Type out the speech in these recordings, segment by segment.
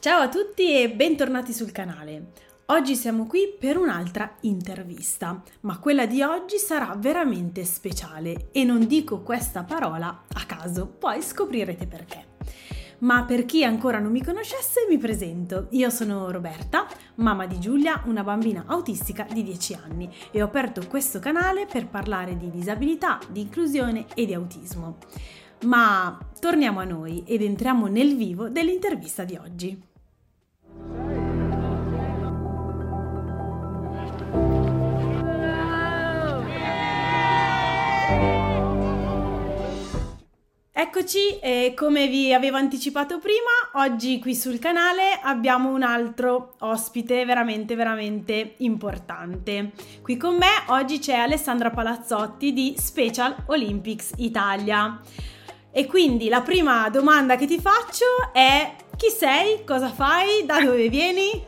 Ciao a tutti e bentornati sul canale. Oggi siamo qui per un'altra intervista, ma quella di oggi sarà veramente speciale e non dico questa parola a caso, poi scoprirete perché. Ma per chi ancora non mi conoscesse mi presento. Io sono Roberta, mamma di Giulia, una bambina autistica di 10 anni e ho aperto questo canale per parlare di disabilità, di inclusione e di autismo. Ma torniamo a noi ed entriamo nel vivo dell'intervista di oggi. Eccoci e come vi avevo anticipato prima, oggi qui sul canale abbiamo un altro ospite veramente importante. Qui con me oggi c'è Alessandra Palazzotti di Special Olympics Italia. E quindi la prima domanda che ti faccio è: chi sei? Cosa fai? Da dove vieni?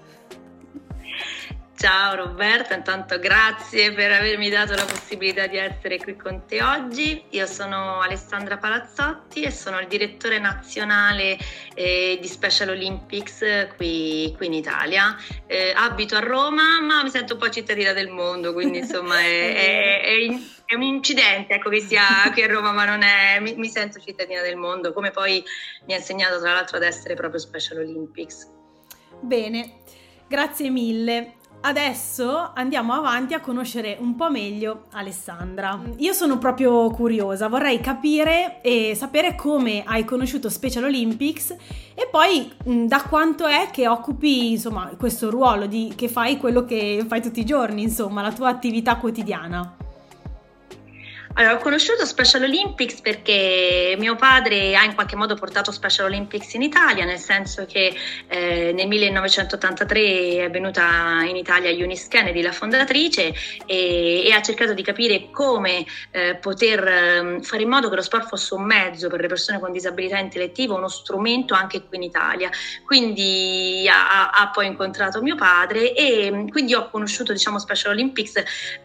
Ciao Roberta, intanto grazie per avermi dato la possibilità di essere qui con te oggi. Io sono Alessandra Palazzotti e sono il direttore nazionale di Special Olympics qui in Italia. Abito a Roma, ma mi sento un po' cittadina del mondo, quindi insomma è un incidente, ecco, che sia qui a Roma, ma non è, mi sento cittadina del mondo, come poi mi ha insegnato tra l'altro ad essere proprio Special Olympics. Bene, grazie mille. Adesso andiamo avanti a conoscere un po' meglio Alessandra. Io sono proprio curiosa, vorrei capire e sapere come hai conosciuto Special Olympics e poi da quanto è che occupi, insomma, questo ruolo che fai quello che fai tutti i giorni, insomma, la tua attività quotidiana. Allora, ho conosciuto Special Olympics perché mio padre ha in qualche modo portato Special Olympics in Italia, nel senso che nel 1983 è venuta in Italia Eunice Kennedy, la fondatrice, e ha cercato di capire come poter fare in modo che lo sport fosse un mezzo per le persone con disabilità intellettiva, uno strumento anche qui in Italia. Quindi ha poi incontrato mio padre e quindi ho conosciuto, diciamo, Special Olympics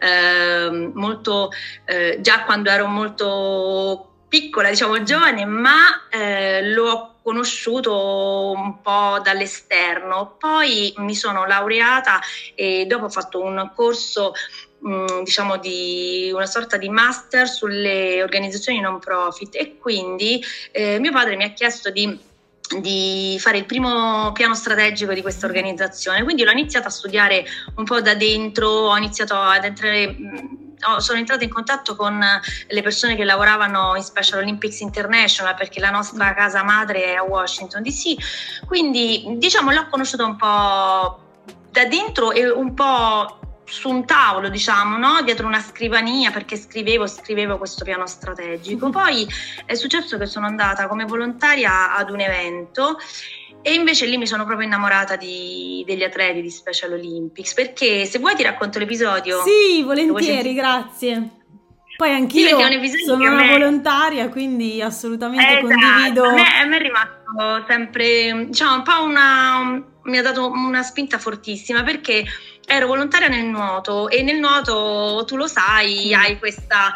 molto già quando ero molto piccola, diciamo giovane, ma l'ho conosciuto un po' dall'esterno. Poi mi sono laureata e dopo ho fatto un corso diciamo di una sorta di master sulle organizzazioni non profit e quindi mio padre mi ha chiesto di fare il primo piano strategico di questa organizzazione, quindi l'ho iniziata a studiare un po' da dentro, ho iniziato ad entrare, sono entrata in contatto con le persone che lavoravano in Special Olympics International, perché la nostra casa madre è a Washington DC, quindi diciamo l'ho conosciuta un po' da dentro e un po' su un tavolo, diciamo, no? Dietro una scrivania, perché scrivevo questo piano strategico. Poi è successo che sono andata come volontaria ad un evento e invece lì mi sono proprio innamorata degli atleti di Special Olympics, perché se vuoi ti racconto l'episodio. Sì, volentieri, grazie. Poi anch'io sono una volontaria, quindi assolutamente condivido. A me è rimasto sempre, diciamo, un po' mi ha dato una spinta fortissima, perché ero volontaria nel nuoto e nel nuoto, tu lo sai, hai questa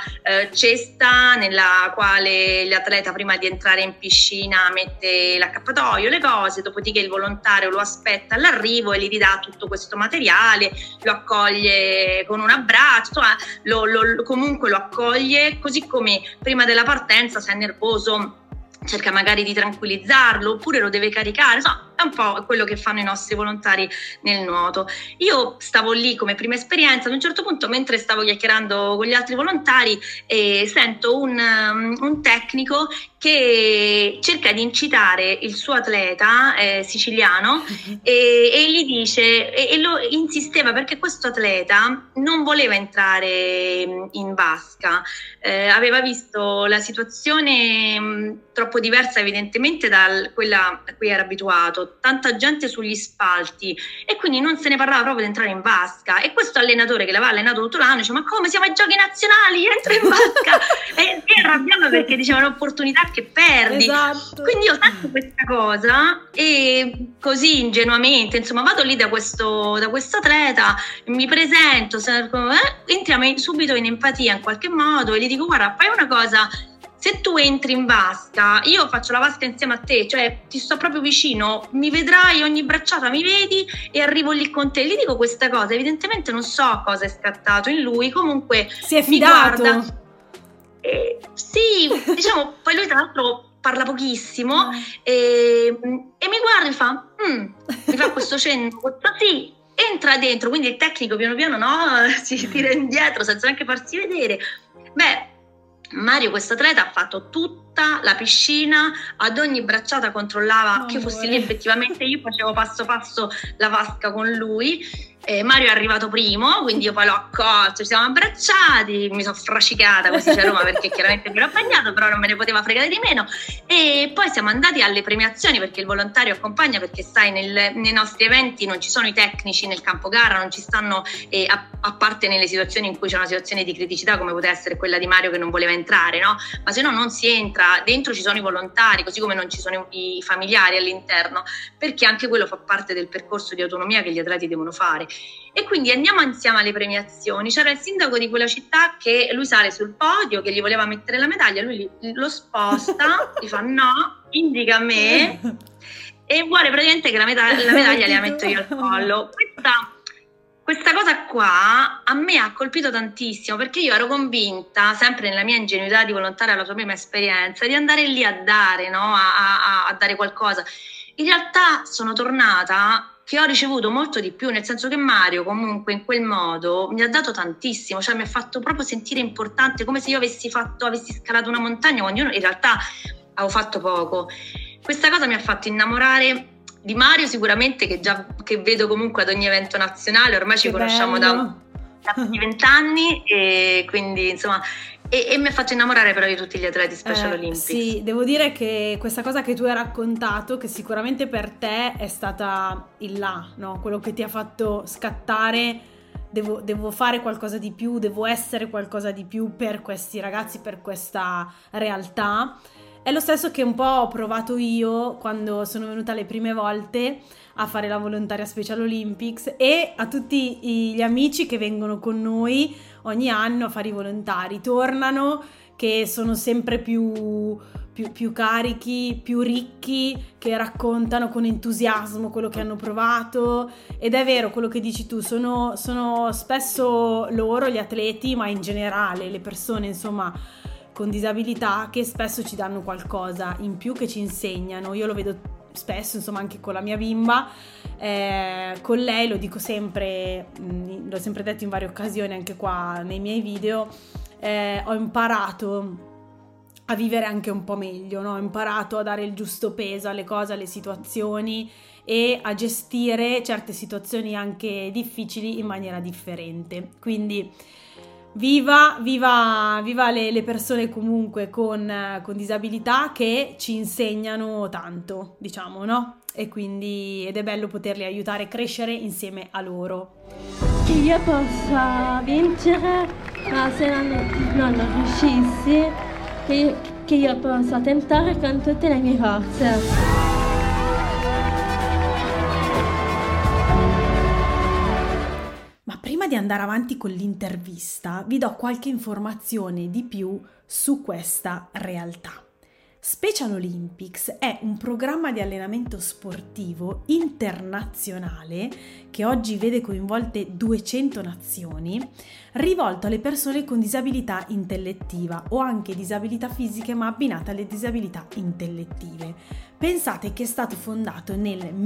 cesta nella quale l'atleta prima di entrare in piscina mette l'accappatoio, le cose, dopodiché il volontario lo aspetta all'arrivo e gli ridà tutto questo materiale, lo accoglie con un abbraccio, comunque lo accoglie, così come prima della partenza, se è nervoso cerca magari di tranquillizzarlo oppure lo deve caricare, insomma è un po' quello che fanno i nostri volontari nel nuoto. Io stavo lì come prima esperienza, ad un certo punto mentre stavo chiacchierando con gli altri volontari sento un tecnico che cerca di incitare il suo atleta siciliano e gli dice, e lo insisteva perché questo atleta non voleva entrare in vasca, aveva visto la situazione troppo diversa evidentemente da quella a cui era abituato, tanta gente sugli spalti e quindi non se ne parlava proprio di entrare in vasca, e questo allenatore che l'aveva allenato tutto l'anno dice: ma come, siamo ai giochi nazionali, entra in vasca e si arrabbiava perché diceva un'opportunità che perdi. Esatto. Quindi io sento questa cosa e così ingenuamente, insomma, vado lì da questo atleta, mi presento, entriamo subito in empatia in qualche modo e gli dico: guarda, fai una cosa, se tu entri in vasca, io faccio la vasca insieme a te, cioè ti sto proprio vicino, mi vedrai ogni bracciata, mi vedi e arrivo lì con te. Gli dico questa cosa, evidentemente non so cosa è scattato in lui, comunque si è fidato. Mi guarda, sì, diciamo, poi lui tra l'altro parla pochissimo e mi guarda e fa, mi fa questo cenno, sì, entra dentro, quindi il tecnico piano piano si tira indietro senza neanche farsi vedere. Beh, Mario, questo atleta, ha fatto tutta la piscina, ad ogni bracciata controllava che io fossi lì effettivamente, io facevo passo passo la vasca con lui. Mario è arrivato primo, quindi io poi l'ho accolto, ci siamo abbracciati, mi sono frascicata, così c'è Roma, perché chiaramente mi ero bagnato, però non me ne poteva fregare di meno. E poi siamo andati alle premiazioni, perché il volontario accompagna, perché sai, nei nostri eventi non ci sono i tecnici nel campo gara, non ci stanno, a parte nelle situazioni in cui c'è una situazione di criticità, come poteva essere quella di Mario che non voleva entrare, no? Ma se no non si entra, dentro ci sono i volontari, così come non ci sono i familiari all'interno, perché anche quello fa parte del percorso di autonomia che gli atleti devono fare. E quindi andiamo insieme alle premiazioni. C'era il sindaco di quella città che lui sale sul podio, che gli voleva mettere la medaglia, lui lo sposta, gli fa no, indica a me e vuole praticamente che la medaglia la metto io al collo. Questa cosa qua a me ha colpito tantissimo, perché io ero convinta, sempre nella mia ingenuità di volontaria alla sua prima esperienza, di andare lì a dare, no? a dare qualcosa. In realtà sono tornata che ho ricevuto molto di più, nel senso che Mario comunque in quel modo mi ha dato tantissimo, cioè mi ha fatto proprio sentire importante, come se io avessi scalato una montagna quando io in realtà avevo fatto poco. Questa cosa mi ha fatto innamorare di Mario sicuramente, che vedo comunque ad ogni evento nazionale, ormai ci conosciamo da 20 anni e quindi insomma e mi ha fatto innamorare però di tutti gli atleti Special Olympics. Sì, devo dire che questa cosa che tu hai raccontato, che sicuramente per te è stata il là, no? Quello che ti ha fatto scattare, devo fare qualcosa di più, devo essere qualcosa di più per questi ragazzi, per questa realtà. È lo stesso che un po' ho provato io quando sono venuta le prime volte a fare la volontaria Special Olympics, e a tutti gli amici che vengono con noi ogni anno a fare i volontari, tornano che sono sempre più carichi, più ricchi, che raccontano con entusiasmo quello che hanno provato. Ed è vero quello che dici tu, sono spesso loro, gli atleti, ma in generale le persone insomma con disabilità, che spesso ci danno qualcosa in più, che ci insegnano. Io lo vedo spesso, insomma, anche con la mia bimba, con lei lo dico sempre, l'ho sempre detto in varie occasioni anche qua nei miei video, ho imparato a vivere anche un po' meglio, no? Ho imparato a dare il giusto peso alle cose, alle situazioni, e a gestire certe situazioni anche difficili in maniera differente. Quindi viva le persone comunque con disabilità, che ci insegnano tanto, diciamo, no? E quindi ed è bello poterli aiutare a crescere insieme a loro. Che io possa vincere, ma se non riuscissi, che io possa tentare con tutte le mie forze. Prima di andare avanti con l'intervista, vi do qualche informazione di più su questa realtà. Special Olympics è un programma di allenamento sportivo internazionale che oggi vede coinvolte 200 nazioni, rivolto alle persone con disabilità intellettiva o anche disabilità fisiche ma abbinate alle disabilità intellettive. Pensate che è stato fondato nel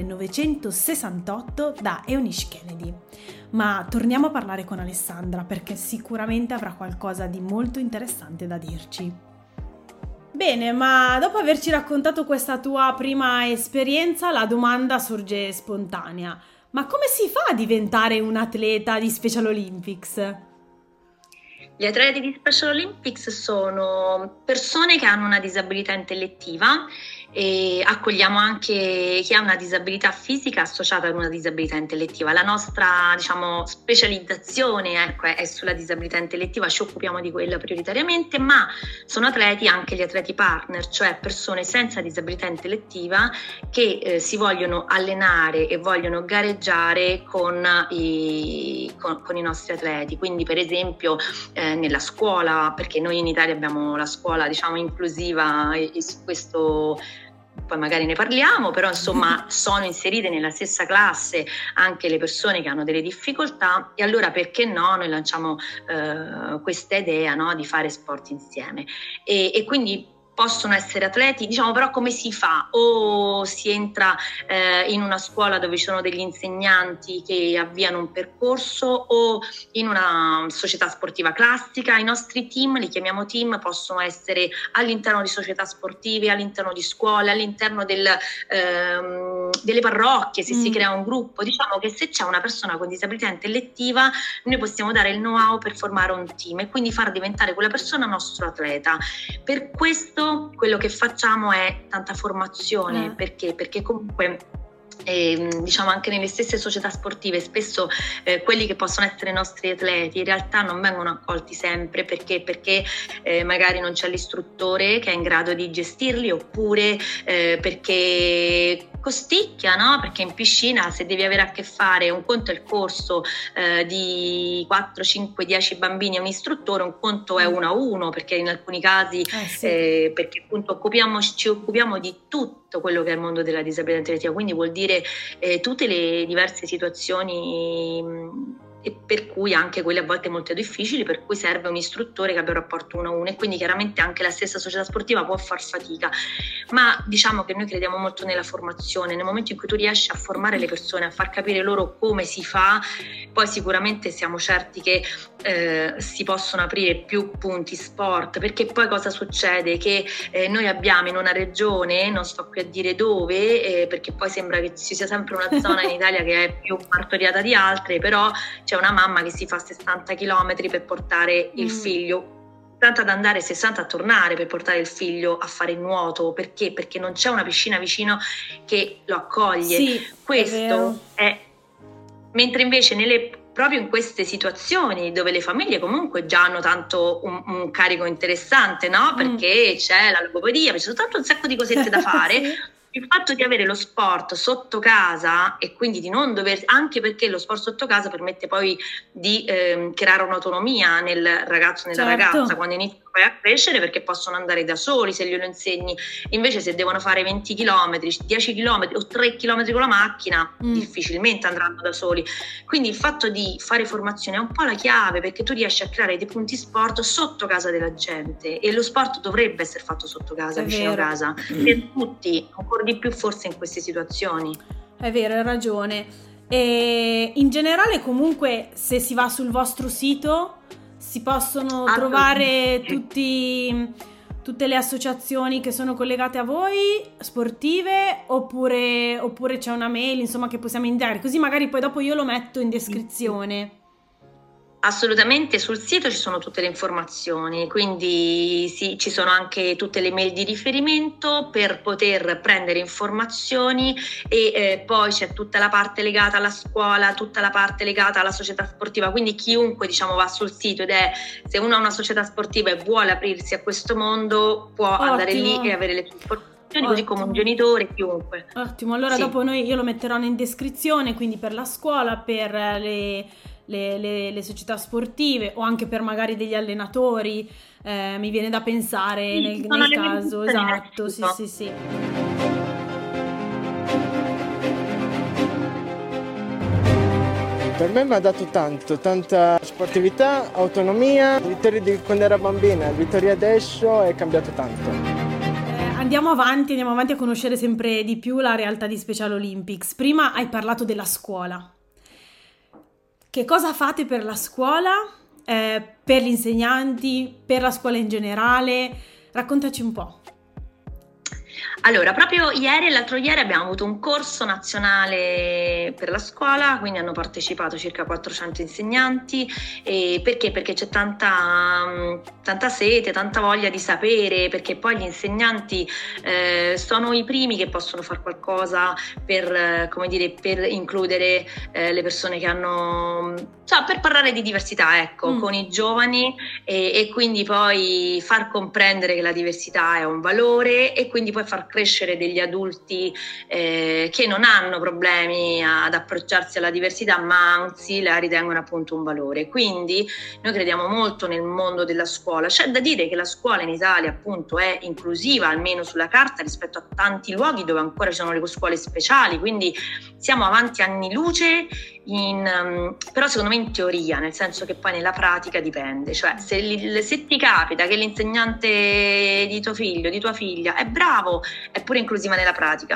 1968 da Eunice Kennedy. Ma torniamo a parlare con Alessandra, perché sicuramente avrà qualcosa di molto interessante da dirci. Bene, ma dopo averci raccontato questa tua prima esperienza, la domanda sorge spontanea. Ma come si fa a diventare un atleta di Special Olympics? Gli atleti di Special Olympics sono persone che hanno una disabilità intellettiva e accogliamo anche chi ha una disabilità fisica associata ad una disabilità intellettiva. La nostra, diciamo, specializzazione, ecco, è sulla disabilità intellettiva, ci occupiamo di quella prioritariamente, ma sono atleti anche gli atleti partner, cioè persone senza disabilità intellettiva che si vogliono allenare e vogliono gareggiare con i nostri atleti. Quindi per esempio nella scuola, perché noi in Italia abbiamo la scuola, diciamo, inclusiva, e su questo poi magari ne parliamo, però insomma sono inserite nella stessa classe anche le persone che hanno delle difficoltà, e allora perché no, noi lanciamo questa idea, no, di fare sport insieme, e quindi possono essere atleti, diciamo, però come si fa? O si entra in una scuola dove ci sono degli insegnanti che avviano un percorso, o in una società sportiva classica. I nostri team, li chiamiamo team, possono essere all'interno di società sportive, all'interno di scuole, all'interno delle parrocchie, se si crea un gruppo. Diciamo che se c'è una persona con disabilità intellettiva, noi possiamo dare il know-how per formare un team e quindi far diventare quella persona nostro atleta. Per questo quello che facciamo è tanta formazione, perché comunque diciamo anche nelle stesse società sportive spesso quelli che possono essere i nostri atleti in realtà non vengono accolti sempre, perché magari non c'è l'istruttore che è in grado di gestirli, oppure perché costicchia, no? Perché in piscina, se devi avere a che fare, un conto è il corso di 4, 5, 10 bambini e un istruttore, un conto è 1 a 1, perché in alcuni casi perché appunto ci occupiamo di tutto quello che è il mondo della disabilità intellettiva, quindi vuol dire tutte le diverse situazioni, e per cui anche quelle a volte molto difficili, per cui serve un istruttore che abbia un rapporto 1 a 1, e quindi chiaramente anche la stessa società sportiva può far fatica, ma diciamo che noi crediamo molto nella formazione. Nel momento in cui tu riesci a formare le persone, a far capire loro come si fa, poi sicuramente siamo certi che si possono aprire più punti sport, perché poi cosa succede? Che noi abbiamo in una regione, non sto qui a dire dove, perché poi sembra che ci sia sempre una zona in Italia che è più martoriata di altre, però c'è una mamma che si fa 60 chilometri per portare il figlio, 60 ad andare, 60 a tornare per portare il figlio a fare nuoto. Perché? Perché non c'è una piscina vicino che lo accoglie. Sì, questo è mentre invece proprio in queste situazioni dove le famiglie comunque già hanno tanto un carico interessante, no? Perché c'è la logopedia, c'è soltanto un sacco di cosette da fare. Sì. Il fatto di avere lo sport sotto casa, e quindi di non dover, anche perché lo sport sotto casa permette poi di creare un'autonomia nel ragazzo, nella ragazza, quando iniziano poi a crescere, perché possono andare da soli se glielo insegni. Invece se devono fare 20 km, 10 km o 3 km con la macchina, difficilmente andranno da soli. Quindi il fatto di fare formazione è un po' la chiave, perché tu riesci a creare dei punti sport sotto casa della gente, e lo sport dovrebbe essere fatto sotto casa, vicino casa, per tutti, ancora di più forse in queste situazioni. È vero, hai ragione. E in generale comunque, se si va sul vostro sito si possono trovare tutte le associazioni che sono collegate a voi, sportive, oppure c'è una mail, insomma, che possiamo inviare, così magari poi dopo io lo metto in descrizione. Assolutamente, sul sito ci sono tutte le informazioni, quindi sì, ci sono anche tutte le mail di riferimento per poter prendere informazioni, e poi c'è tutta la parte legata alla scuola, tutta la parte legata alla società sportiva, quindi chiunque, diciamo, va sul sito se uno ha una società sportiva e vuole aprirsi a questo mondo, può andare lì e avere le sue informazioni, così come un genitore, chiunque. Ottimo, allora dopo io lo metterò in descrizione, quindi per la scuola, per le società sportive, o anche per magari degli allenatori, mi viene da pensare nel caso, esatto, sì. Per me mi ha dato tanta sportività, autonomia. Vittoria di quando era bambina, Vittoria adesso è cambiato tanto. Andiamo avanti a conoscere sempre di più la realtà di Special Olympics. Prima hai parlato della scuola. Che cosa fate per la scuola, per gli insegnanti, per la scuola in generale? Raccontaci un po'. Allora, proprio ieri e l'altro ieri abbiamo avuto un corso nazionale per la scuola, quindi hanno partecipato circa 400 insegnanti. Perché? Perché c'è tanta sete, tanta voglia di sapere, perché poi gli insegnanti sono i primi che possono fare qualcosa per, come dire, per includere le persone che hanno, cioè per parlare di diversità, ecco, con i giovani e quindi poi far comprendere che la diversità è un valore e quindi poi far crescere degli adulti che non hanno problemi ad approcciarsi alla diversità, ma anzi la ritengono appunto un valore. Quindi noi crediamo molto nel mondo della scuola. C'è da dire che la scuola in Italia appunto è inclusiva, almeno sulla carta, rispetto a tanti luoghi dove ancora ci sono le scuole speciali, quindi siamo avanti anni luce, però secondo me in teoria, nel senso che poi nella pratica dipende, cioè se ti capita che l'insegnante di tuo figlio, di tua figlia è bravo, è pure inclusiva nella pratica.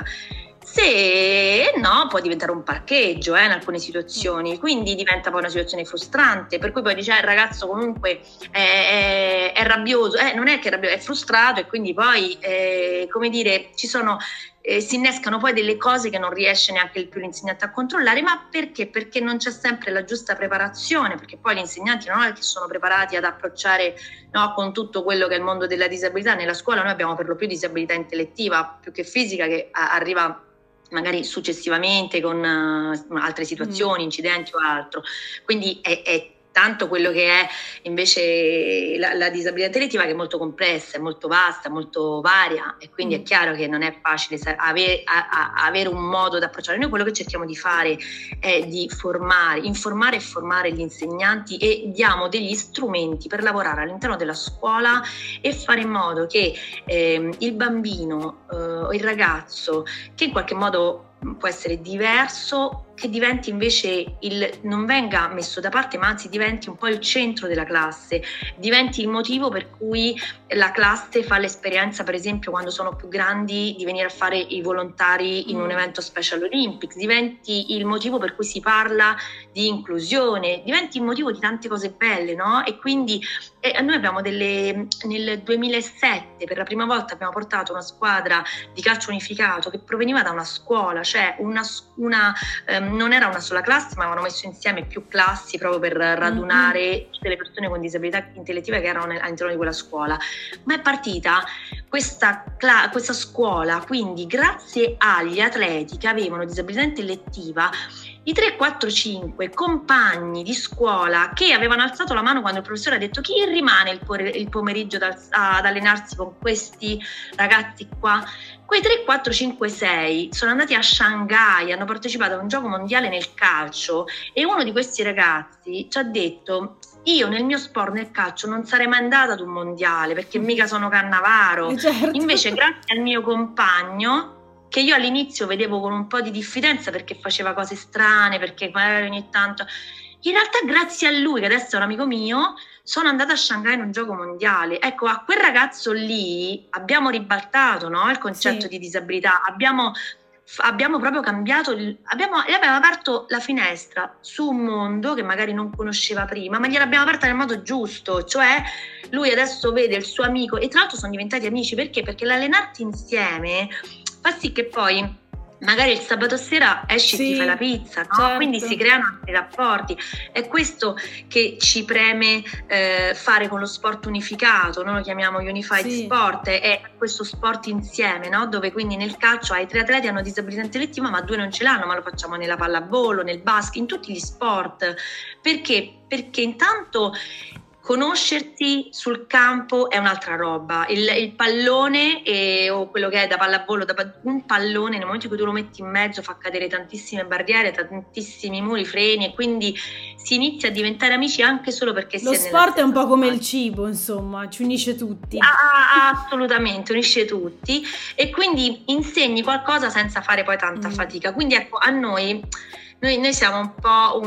Se no, può diventare un parcheggio in alcune situazioni, quindi diventa poi una situazione frustrante, per cui poi dice il ragazzo comunque è rabbioso, non è che è rabbioso, è frustrato e quindi poi, come dire, si innescano poi delle cose che non riesce neanche più l'insegnante a controllare, ma perché? Perché non c'è sempre la giusta preparazione, perché poi gli insegnanti non è che sono preparati ad approcciare con tutto quello che è il mondo della disabilità. Nella scuola noi abbiamo per lo più disabilità intellettiva più che fisica, che arriva magari successivamente con altre situazioni, incidenti o altro, quindi è tanto quello che è invece la disabilità intellettiva, che è molto complessa, è molto vasta, molto varia, e quindi è chiaro che non è facile avere un modo da approcciare. Noi quello che cerchiamo di fare è di informare e formare gli insegnanti, e diamo degli strumenti per lavorare all'interno della scuola e fare in modo che il bambino, il ragazzo, che in qualche modo può essere diverso, che diventi invece non venga messo da parte, ma anzi diventi un po' il centro della classe, diventi il motivo per cui la classe fa l'esperienza, per esempio quando sono più grandi, di venire a fare i volontari in un evento Special Olympics, diventi il motivo per cui si parla di inclusione, diventi il motivo di tante cose belle, no? E quindi noi abbiamo nel 2007 per la prima volta abbiamo portato una squadra di calcio unificato che proveniva da una scuola, cioè non era una sola classe, ma avevano messo insieme più classi proprio per radunare tutte le persone con disabilità intellettiva che erano all'interno di quella scuola. Ma è partita questa scuola, quindi grazie agli atleti che avevano disabilità intellettiva, i 3, 4, 5 compagni di scuola che avevano alzato la mano quando il professore ha detto chi rimane il pomeriggio ad allenarsi con questi ragazzi qua, quei 3, 4, 5, 6 sono andati a Shanghai, hanno partecipato a un gioco mondiale nel calcio, e uno di questi ragazzi ci ha detto: io nel mio sport, nel calcio, non sarei mai andata ad un mondiale perché mica sono Cannavaro. Certo. Invece grazie al mio compagno, che io all'inizio vedevo con un po' di diffidenza perché faceva cose strane, perché magari ogni tanto, in realtà grazie a lui, che adesso è un amico mio, sono andata a Shanghai in un gioco mondiale. Ecco, a quel ragazzo lì abbiamo ribaltato, no, il concetto di disabilità, abbiamo proprio cambiato, gli abbiamo aperto la finestra su un mondo che magari non conosceva prima, ma gliel'abbiamo aperta nel modo giusto, cioè lui adesso vede il suo amico, e tra l'altro sono diventati amici. Perché? Perché l'allenarti insieme fa sì che poi magari il sabato sera esci e ti fai la pizza, no? Certo. Quindi si creano altri rapporti. È questo che ci preme fare con lo sport unificato, noi lo chiamiamo Unified Sport, è questo sport insieme, no? Dove quindi nel calcio hai 3 atleti hanno disabilità intellettiva ma 2 non ce l'hanno, ma lo facciamo nella pallavolo, nel basket, in tutti gli sport. Perché? Perché intanto conoscerti sul campo è un'altra roba. Il pallone o quello che è da pallavolo, un pallone nel momento in cui tu lo metti in mezzo fa cadere tantissime barriere, tantissimi muri, freni, e quindi si inizia a diventare amici anche solo perché lo si è sport è un po' come squadra. il cibo, insomma, ci unisce tutti. Assolutamente, unisce tutti, e quindi insegni qualcosa senza fare poi tanta fatica. Quindi ecco, a noi siamo un po'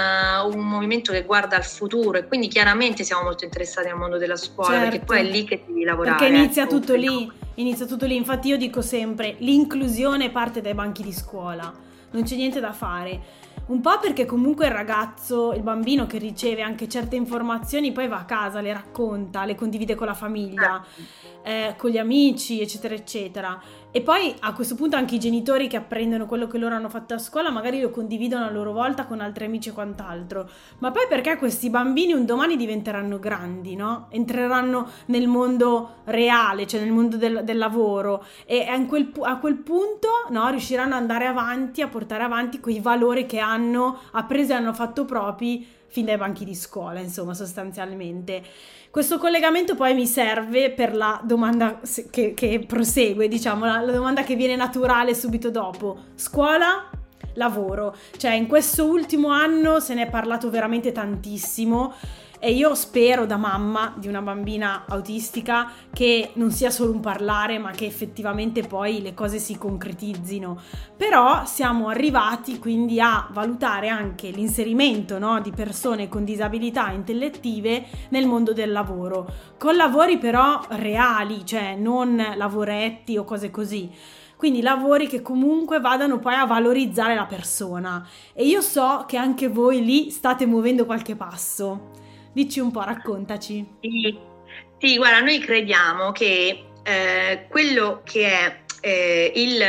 un movimento che guarda al futuro, e quindi chiaramente siamo molto interessati al mondo della scuola, perché poi è lì che devi lavorare. Perché inizia tutto lì. Infatti io dico sempre, l'inclusione parte dai banchi di scuola, non c'è niente da fare. Un po' perché comunque il ragazzo, il bambino che riceve anche certe informazioni poi va a casa, le racconta, le condivide con la famiglia, con gli amici, eccetera eccetera. E poi a questo punto anche i genitori che apprendono quello che loro hanno fatto a scuola magari lo condividono a loro volta con altri amici e quant'altro, ma poi perché questi bambini un domani diventeranno grandi, no? Entreranno nel mondo reale, cioè nel mondo del lavoro, e a quel punto, no, riusciranno ad andare avanti, a portare avanti quei valori che hanno appreso e hanno fatto propri fin dai banchi di scuola, insomma, sostanzialmente. Questo collegamento poi mi serve per la domanda che prosegue, diciamo, la domanda che viene naturale subito dopo. Scuola, lavoro. Cioè, in questo ultimo anno se ne è parlato veramente tantissimo e io spero, da mamma di una bambina autistica, che non sia solo un parlare, ma che effettivamente poi le cose si concretizzino. Però siamo arrivati quindi a valutare anche l'inserimento, no, di persone con disabilità intellettive nel mondo del lavoro, con lavori però reali, cioè non lavoretti o cose così. Quindi lavori che comunque vadano poi a valorizzare la persona. E io so che anche voi lì state muovendo qualche passo. Dici un po', raccontaci. Sì, guarda, noi crediamo che quello che è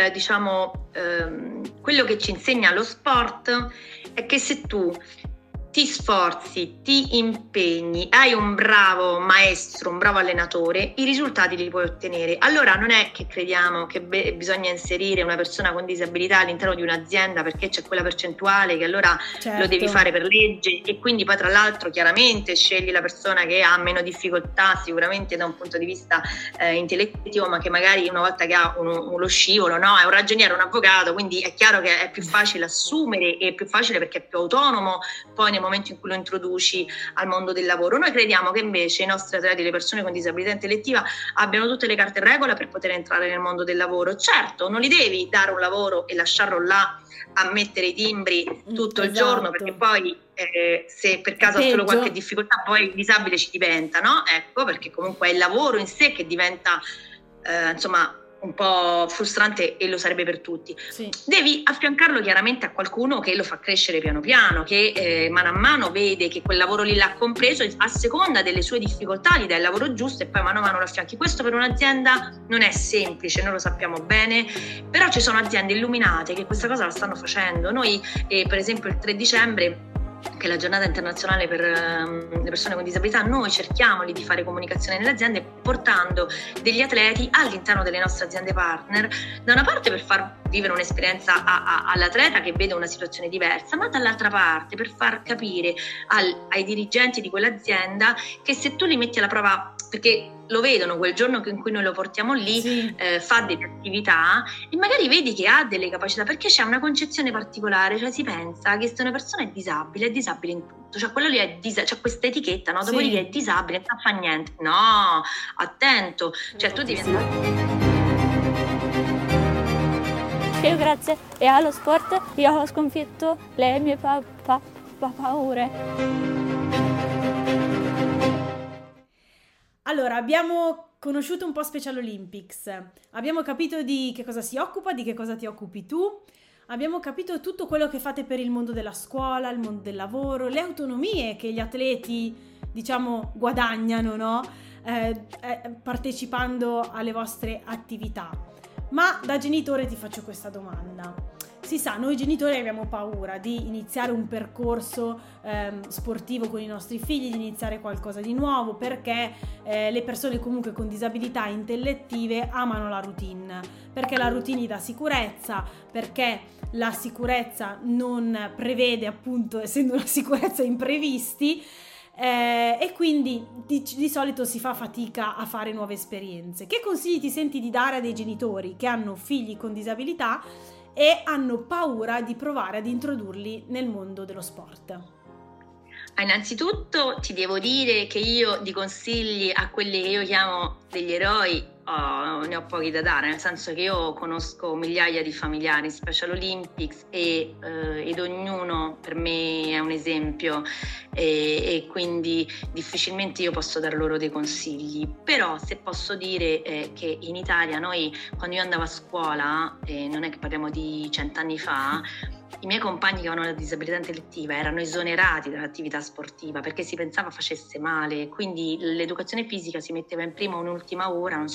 quello che ci insegna lo sport è che se tu ti sforzi, ti impegni, hai un bravo maestro, un bravo allenatore, i risultati li puoi ottenere. Allora non è che crediamo che bisogna inserire una persona con disabilità all'interno di un'azienda perché c'è quella percentuale che allora lo devi fare per legge, e quindi poi tra l'altro chiaramente scegli la persona che ha meno difficoltà sicuramente da un punto di vista intellettivo, ma che magari una volta che ha lo scivolo, no? È un ragioniere, un avvocato, quindi è chiaro che è più facile assumere, e è più facile perché è più autonomo poi nel momento in cui lo introduci al mondo del lavoro. Noi crediamo che invece i nostri atleti, le persone con disabilità intellettiva, abbiano tutte le carte in regola per poter entrare nel mondo del lavoro. Certo, non li devi dare un lavoro e lasciarlo là a mettere i timbri tutto il giorno, perché poi se per caso ha solo qualche difficoltà poi il disabile ci diventa, no? Ecco, perché comunque è il lavoro in sé che diventa insomma un po' frustrante, e lo sarebbe per tutti. Sì. Devi affiancarlo chiaramente a qualcuno che lo fa crescere piano piano, che mano a mano vede che quel lavoro lì l'ha compreso, a seconda delle sue difficoltà gli dà il lavoro giusto e poi mano a mano lo affianchi. Questo per un'azienda non è semplice, noi lo sappiamo bene, però ci sono aziende illuminate che questa cosa la stanno facendo. Noi per esempio il 3 dicembre, che è la giornata internazionale per le persone con disabilità, noi cerchiamo di fare comunicazione nelle aziende portando degli atleti all'interno delle nostre aziende partner, da una parte per far vivere un'esperienza all'atleta che vede una situazione diversa, ma dall'altra parte per far capire ai dirigenti di quell'azienda che se tu li metti alla prova, perché lo vedono quel giorno in cui noi lo portiamo lì, sì, fa delle attività e magari vedi che ha delle capacità, perché c'è una concezione particolare, cioè si pensa che se una persona è disabile in tutto, cioè quello lì c'è questa etichetta, no? Dopodiché è disabile, non fa niente. No, attento, cioè tu devi andare. Io grazie e allo sport io ho sconfitto le mie paure. Allora, abbiamo conosciuto un po' Special Olympics, abbiamo capito di che cosa si occupa, di che cosa ti occupi tu, abbiamo capito tutto quello che fate per il mondo della scuola, il mondo del lavoro, le autonomie che gli atleti, diciamo, guadagnano, no? Partecipando alle vostre attività. Ma da genitore ti faccio questa domanda. Si sa, noi genitori abbiamo paura di iniziare un percorso sportivo con i nostri figli, di iniziare qualcosa di nuovo, perché le persone comunque con disabilità intellettive amano la routine, perché la routine gli dà sicurezza, perché la sicurezza non prevede, appunto, essendo una sicurezza, imprevisti, e quindi di solito si fa fatica a fare nuove esperienze. Che consigli ti senti di dare a dei genitori che hanno figli con disabilità e hanno paura di provare ad introdurli nel mondo dello sport? Innanzitutto ti devo dire che io di consigli a quelli che io chiamo degli eroi ne ho pochi da dare, nel senso che io conosco migliaia di familiari in Special Olympics ed ognuno per me è un esempio e quindi difficilmente io posso dar loro dei consigli. Però se posso dire che in Italia noi, quando io andavo a scuola, non è che parliamo di 100 anni fa, i miei compagni che avevano la disabilità intellettiva erano esonerati dall'attività sportiva perché si pensava facesse male, quindi l'educazione fisica si metteva in prima o un'ultima ora. Non so se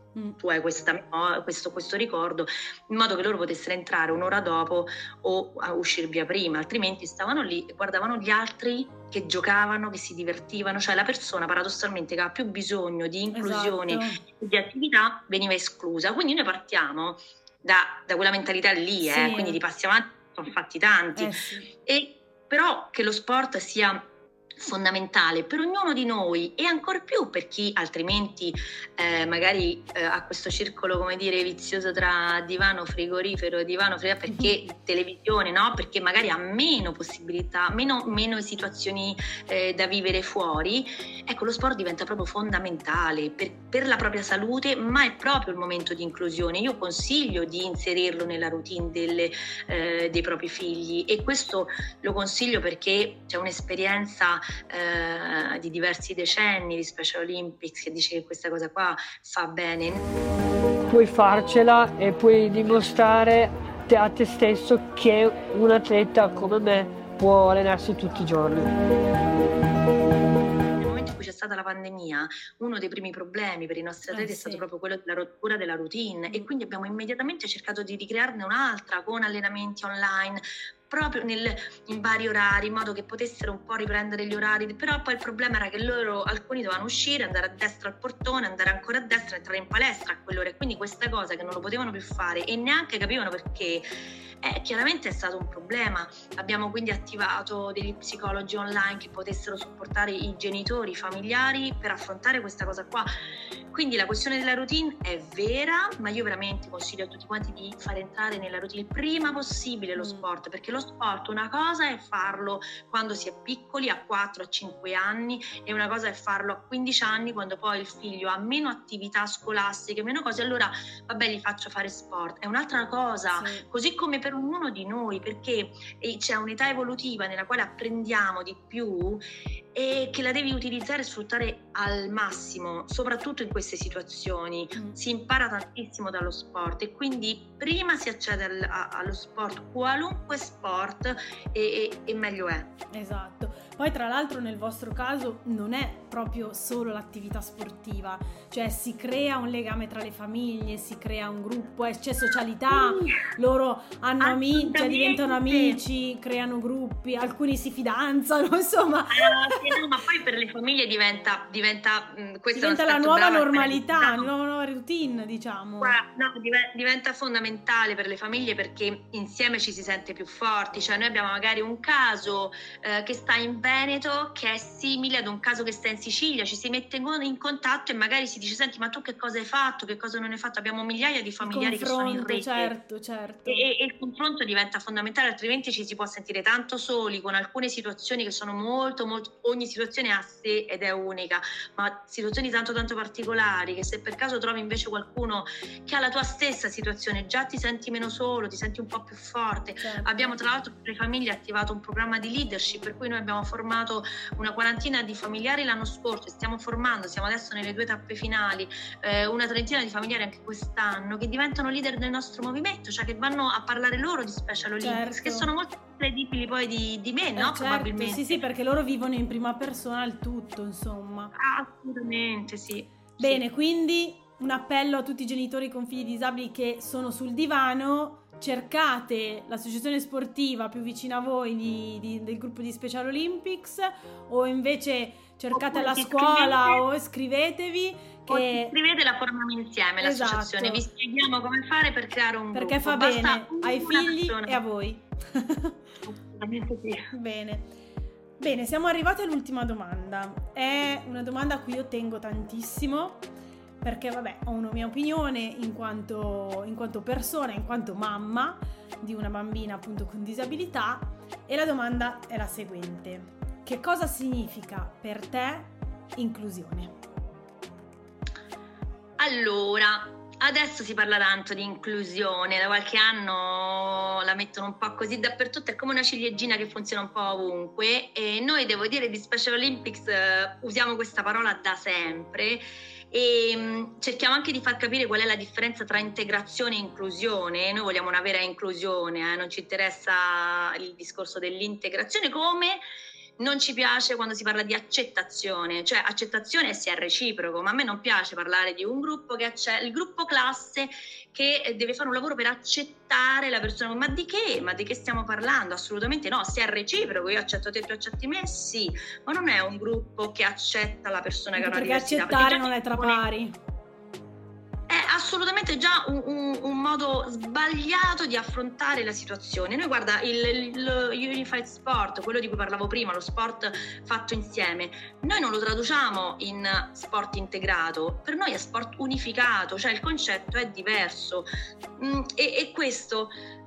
tu hai questo ricordo, in modo che loro potessero entrare un'ora dopo o a uscire via prima, altrimenti stavano lì e guardavano gli altri che giocavano, che si divertivano, cioè la persona paradossalmente che ha più bisogno di inclusione e di attività veniva esclusa. Quindi noi partiamo da quella mentalità lì, quindi di passi avanti sono fatti tanti, e però che lo sport sia fondamentale per ognuno di noi e ancor più per chi altrimenti magari ha questo circolo, come dire, vizioso tra divano, frigorifero, perché televisione, no? Perché magari ha meno possibilità, meno situazioni da vivere fuori. Ecco, lo sport diventa proprio fondamentale per la propria salute, ma è proprio il momento di inclusione. Io consiglio di inserirlo nella routine dei propri figli, e questo lo consiglio perché c'è un'esperienza di diversi decenni di Special Olympics che dice che questa cosa qua fa bene. Puoi farcela e puoi dimostrare a te stesso che un atleta come me può allenarsi tutti i giorni. Nel momento in cui c'è stata la pandemia, uno dei primi problemi per i nostri atleti è stato proprio quello della rottura della routine, e quindi abbiamo immediatamente cercato di ricrearne un'altra con allenamenti online, proprio in vari orari, in modo che potessero un po' riprendere gli orari. Però poi il problema era che alcuni dovevano uscire, andare a destra al portone, andare ancora a destra, entrare in palestra a quell'ora, e quindi questa cosa che non lo potevano più fare e neanche capivano perché, chiaramente è stato un problema. Abbiamo quindi attivato degli psicologi online che potessero supportare i genitori, i familiari per affrontare questa cosa qua. Quindi la questione della routine è vera, ma io veramente consiglio a tutti quanti di far entrare nella routine il prima possibile lo sport, perché lo sport, una cosa è farlo quando si è piccoli, a 4, a 5 anni, e una cosa è farlo a 15 anni, quando poi il figlio ha meno attività scolastiche, meno cose, allora vabbè, gli faccio fare sport. È un'altra cosa, così come per ognuno di noi, perché c'è un'età evolutiva nella quale apprendiamo di più e che la devi utilizzare e sfruttare al massimo, soprattutto in queste situazioni. Si impara tantissimo dallo sport, e quindi prima si accede allo sport, qualunque sport, e meglio è. Esatto. Poi tra l'altro nel vostro caso non è proprio solo l'attività sportiva, cioè si crea un legame tra le famiglie, si crea un gruppo, c'è socialità, loro hanno amici, cioè diventano amici, creano gruppi, alcuni si fidanzano, insomma. No, ma poi per le famiglie diventa la nuova normalità, la nuova routine, diciamo. No, diventa fondamentale per le famiglie, perché insieme ci si sente più forti. Cioè noi abbiamo magari un caso che sta in Veneto che è simile ad un caso che sta in Sicilia, ci si mette in contatto e magari si dice: senti, ma tu che cosa hai fatto, che cosa non hai fatto? Abbiamo migliaia di familiari che sono in rete, certo. E il confronto diventa fondamentale, altrimenti ci si può sentire tanto soli con alcune situazioni che sono molto, ogni situazione è a sé ed è unica, ma situazioni tanto particolari, che se per caso trovi invece qualcuno che ha la tua stessa situazione, già ti senti meno solo, ti senti un po' più forte. Abbiamo tra l'altro per le famiglie attivato un programma di leadership, per cui noi abbiamo formato una quarantina di familiari l'anno scorso, e stiamo adesso nelle 2 tappe finali, una trentina di familiari anche quest'anno, che diventano leader del nostro movimento, cioè che vanno a parlare loro di Special Olympics, che sono molto credibili poi di me, no? Probabilmente. Sì, perché loro vivono in prima persona il tutto, insomma. Assolutamente, sì. Bene, quindi un appello a tutti i genitori con figli disabili che sono sul divano: cercate l'associazione sportiva più vicina a voi del gruppo di Special Olympics, o invece cercate la scuola, o iscrivetevi. Scrivete, la formiamo insieme l'associazione, vi spieghiamo come fare per creare un gruppo. Perché fa bene ai figli e a voi. Assolutamente sì. Bene, siamo arrivati all'ultima domanda. È una domanda a cui io tengo tantissimo, perché ho una mia opinione in quanto persona, in quanto mamma di una bambina appunto con disabilità, e la domanda è la seguente: che cosa significa per te inclusione? Allora, adesso si parla tanto di inclusione, da qualche anno la mettono un po' così dappertutto, è come una ciliegina che funziona un po' ovunque, e noi, devo dire, di Special Olympics usiamo questa parola da sempre, e cerchiamo anche di far capire qual è la differenza tra integrazione e inclusione. Noi vogliamo una vera inclusione, non ci interessa il discorso dell'integrazione, come non ci piace quando si parla di accettazione, cioè accettazione sia reciproco, ma a me non piace parlare di un gruppo che il gruppo classe che deve fare un lavoro per accettare la persona. Ma di che? Ma di che stiamo parlando? Assolutamente no, sia reciproco, io accetto te, tu accetti me, sì, ma non è un gruppo che accetta la persona che ha una diversità. Perché accettare non è tra pari. È assolutamente già un modo sbagliato di affrontare la situazione. Noi, guarda, il Unified Sport, quello di cui parlavo prima, lo sport fatto insieme, noi non lo traduciamo in sport integrato, per noi è sport unificato, cioè il concetto è diverso. E questo,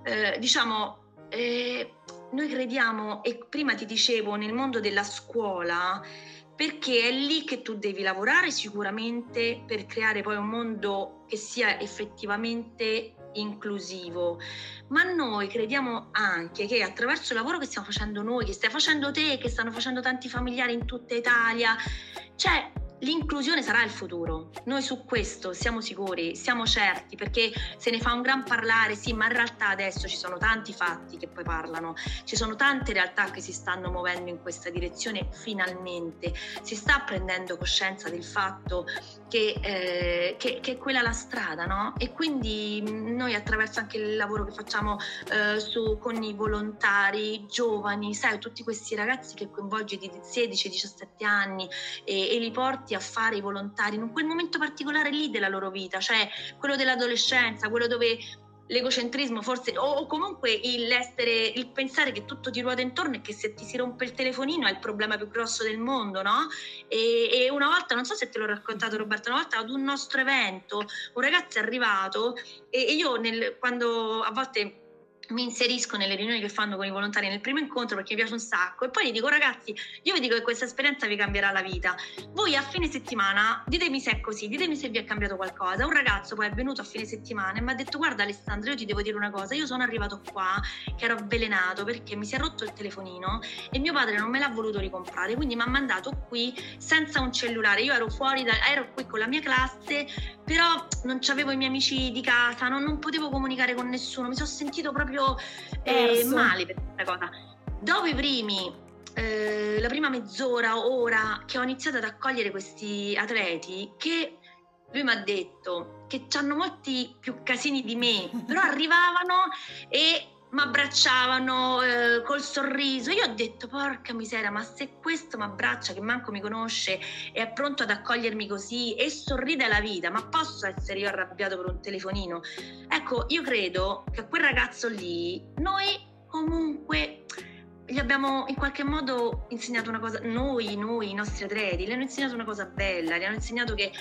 noi crediamo, e prima ti dicevo, nel mondo della scuola, perché è lì che tu devi lavorare sicuramente per creare poi un mondo che sia effettivamente inclusivo, ma noi crediamo anche che attraverso il lavoro che stiamo facendo noi, che stai facendo te, che stanno facendo tanti familiari in tutta Italia, cioè l'inclusione sarà il futuro. Noi su questo siamo sicuri, siamo certi, perché se ne fa un gran parlare, sì, ma in realtà adesso ci sono tanti fatti che poi parlano, ci sono tante realtà che si stanno muovendo in questa direzione. Finalmente si sta prendendo coscienza del fatto che è quella la strada, no? E quindi noi, attraverso anche il lavoro che facciamo con i volontari giovani, sai, tutti questi ragazzi che coinvolgi di 16-17 anni e li porti a fare i volontari in quel momento particolare lì della loro vita, cioè quello dell'adolescenza, quello dove l'egocentrismo forse, o comunque il pensare che tutto ti ruota intorno e che se ti si rompe il telefonino è il problema più grosso del mondo, no? E una volta, non so se te l'ho raccontato Roberto, una volta ad un nostro evento un ragazzo è arrivato e io quando a volte mi inserisco nelle riunioni che fanno con i volontari nel primo incontro, perché mi piace un sacco, e poi gli dico: ragazzi, io vi dico che questa esperienza vi cambierà la vita, voi a fine settimana ditemi se è così, ditemi se vi è cambiato qualcosa. Un ragazzo poi è venuto a fine settimana e mi ha detto: guarda Alessandra, io ti devo dire una cosa, io sono arrivato qua che ero avvelenato perché mi si è rotto il telefonino e mio padre non me l'ha voluto ricomprare, quindi mi ha mandato qui senza un cellulare. Io ero ero qui con la mia classe, però non c'avevo i miei amici di casa, non potevo comunicare con nessuno, mi sono sentito proprio male per questa cosa. Dopo la prima mezz'ora, ora che ho iniziato ad accogliere questi atleti, che lui mi ha detto che hanno molti più casini di me, però arrivavano e mi abbracciavano col sorriso. Io ho detto: porca miseria, ma se questo mi abbraccia, che manco mi conosce, e è pronto ad accogliermi così e sorride alla vita, ma posso essere io arrabbiato per un telefonino? Ecco, io credo che a quel ragazzo lì noi comunque gli abbiamo in qualche modo insegnato una cosa, noi i nostri atleti, gli hanno insegnato una cosa bella, gli hanno insegnato che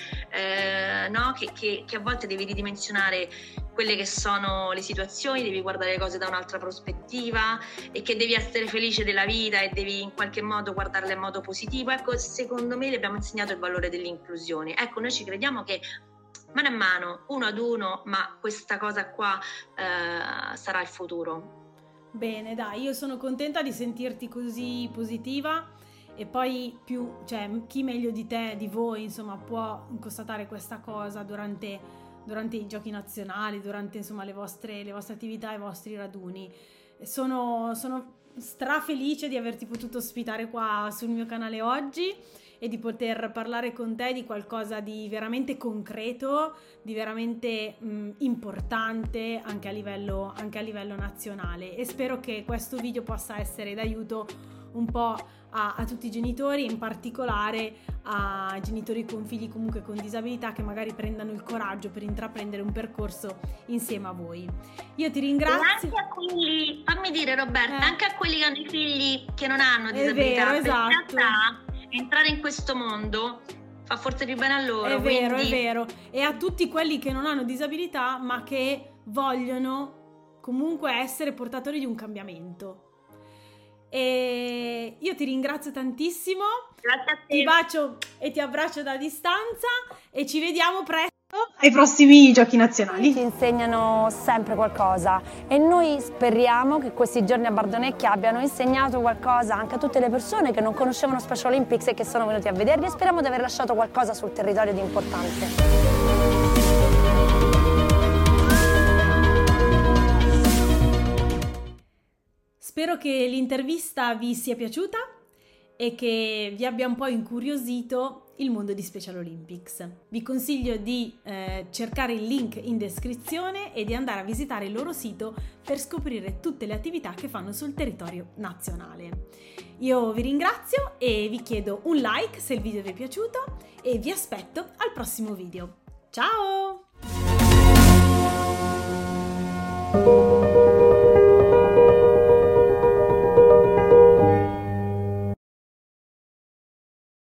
a volte devi ridimensionare quelle che sono le situazioni, devi guardare le cose da un'altra prospettiva e che devi essere felice della vita e devi in qualche modo guardarla in modo positivo. Ecco, secondo me gli abbiamo insegnato il valore dell'inclusione. Ecco, noi ci crediamo che mano a mano, uno ad uno, ma questa cosa qua sarà il futuro. Bene, dai, io sono contenta di sentirti così positiva, e poi chi meglio di te, di voi, insomma, può constatare questa cosa durante i giochi nazionali, durante insomma le vostre attività, i vostri raduni. Sono strafelice di averti potuto ospitare qua sul mio canale oggi e di poter parlare con te di qualcosa di veramente concreto, di veramente importante anche a livello nazionale, e spero che questo video possa essere d'aiuto un po' a tutti i genitori, in particolare a genitori con figli comunque con disabilità, che magari prendano il coraggio per intraprendere un percorso insieme a voi. Io ti ringrazio. E anche a quelli, fammi dire Roberta, anche a quelli che hanno i figli che non hanno disabilità, vero, esatto. In realtà entrare in questo mondo fa forse più bene a loro. È vero. E a tutti quelli che non hanno disabilità ma che vogliono comunque essere portatori di un cambiamento. E io ti ringrazio tantissimo. Grazie a te. Ti bacio e ti abbraccio da distanza e ci vediamo presto ai prossimi giochi nazionali. Ci insegnano sempre qualcosa e noi speriamo che questi giorni a Bardonecchia abbiano insegnato qualcosa anche a tutte le persone che non conoscevano Special Olympics e che sono venuti a vederli, e speriamo di aver lasciato qualcosa sul territorio di importante. Spero che l'intervista vi sia piaciuta e che vi abbia un po' incuriosito il mondo di Special Olympics. Vi consiglio di cercare il link in descrizione e di andare a visitare il loro sito per scoprire tutte le attività che fanno sul territorio nazionale. Io vi ringrazio e vi chiedo un like se il video vi è piaciuto e vi aspetto al prossimo video. Ciao!